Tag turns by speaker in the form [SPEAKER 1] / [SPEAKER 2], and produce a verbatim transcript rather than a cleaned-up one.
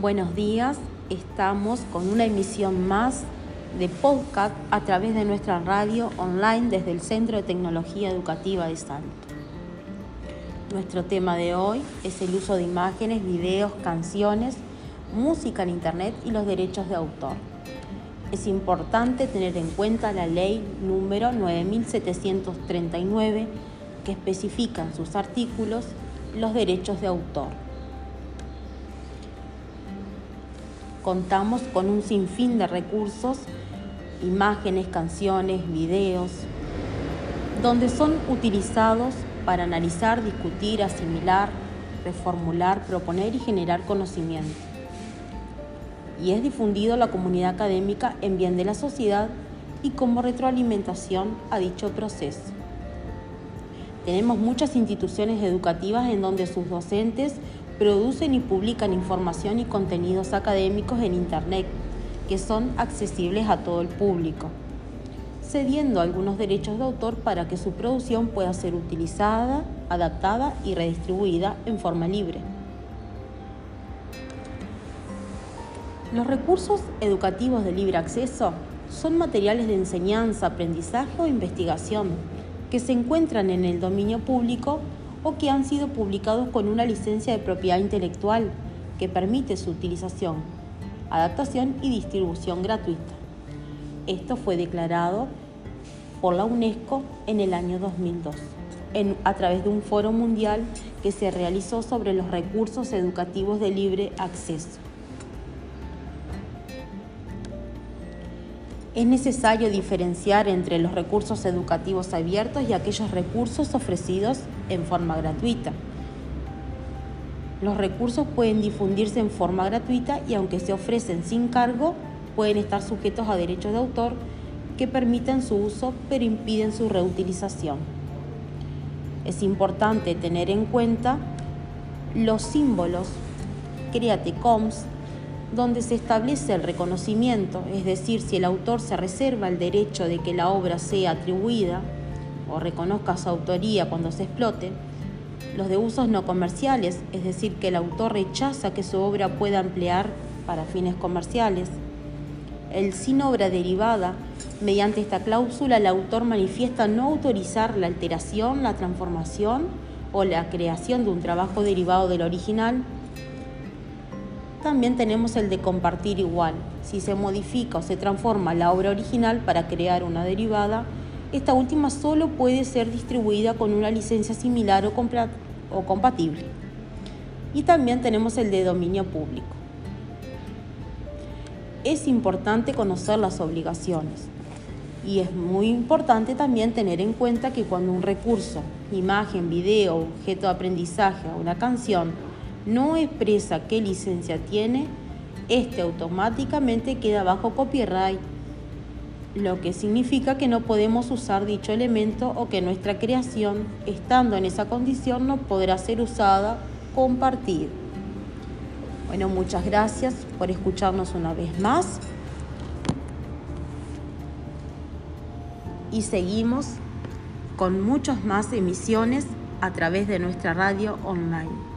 [SPEAKER 1] Buenos días, estamos con una emisión más de podcast a través de nuestra radio online desde el Centro de Tecnología Educativa de Salto. Nuestro tema de hoy es el uso de imágenes, videos, canciones, música en Internet y los derechos de autor. Es importante tener en cuenta la ley número nueve mil setecientos treinta y nueve que especifica en sus artículos los derechos de autor. Contamos con un sinfín de recursos, imágenes, canciones, videos, donde son utilizados para analizar, discutir, asimilar, reformular, proponer y generar conocimiento. Y es difundido a la comunidad académica en bien de la sociedad y como retroalimentación a dicho proceso. Tenemos muchas instituciones educativas en donde sus docentes producen y publican información y contenidos académicos en Internet que son accesibles a todo el público, cediendo algunos derechos de autor para que su producción pueda ser utilizada, adaptada y redistribuida en forma libre. Los recursos educativos de libre acceso son materiales de enseñanza, aprendizaje o investigación que se encuentran en el dominio público o que han sido publicados con una licencia de propiedad intelectual que permite su utilización, adaptación y distribución gratuita. Esto fue declarado por la UNESCO en el año dos mil dos, en, a través de un foro mundial que se realizó sobre los recursos educativos de libre acceso. Es necesario diferenciar entre los recursos educativos abiertos y aquellos recursos ofrecidos en forma gratuita. Los recursos pueden difundirse en forma gratuita y aunque se ofrecen sin cargo, pueden estar sujetos a derechos de autor que permiten su uso pero impiden su reutilización. Es importante tener en cuenta los símbolos Creative Commons, donde se establece el reconocimiento, es decir, si el autor se reserva el derecho de que la obra sea atribuida o reconozca su autoría cuando se explote, los de usos no comerciales, es decir, que el autor rechaza que su obra pueda emplear para fines comerciales, el sin obra derivada, mediante esta cláusula el autor manifiesta no autorizar la alteración, la transformación o la creación de un trabajo derivado del original. También tenemos el de compartir igual. Si se modifica o se transforma la obra original para crear una derivada, esta última solo puede ser distribuida con una licencia similar o, o compatible. Y también tenemos el de dominio público. Es importante conocer las obligaciones y es muy importante también tener en cuenta que cuando un recurso, imagen, video, objeto de aprendizaje o una canción no expresa qué licencia tiene, este automáticamente queda bajo copyright, lo que significa que no podemos usar dicho elemento o que nuestra creación, estando en esa condición, no podrá ser usada, compartida. Bueno, muchas gracias por escucharnos una vez más y seguimos con muchas más emisiones a través de nuestra radio online.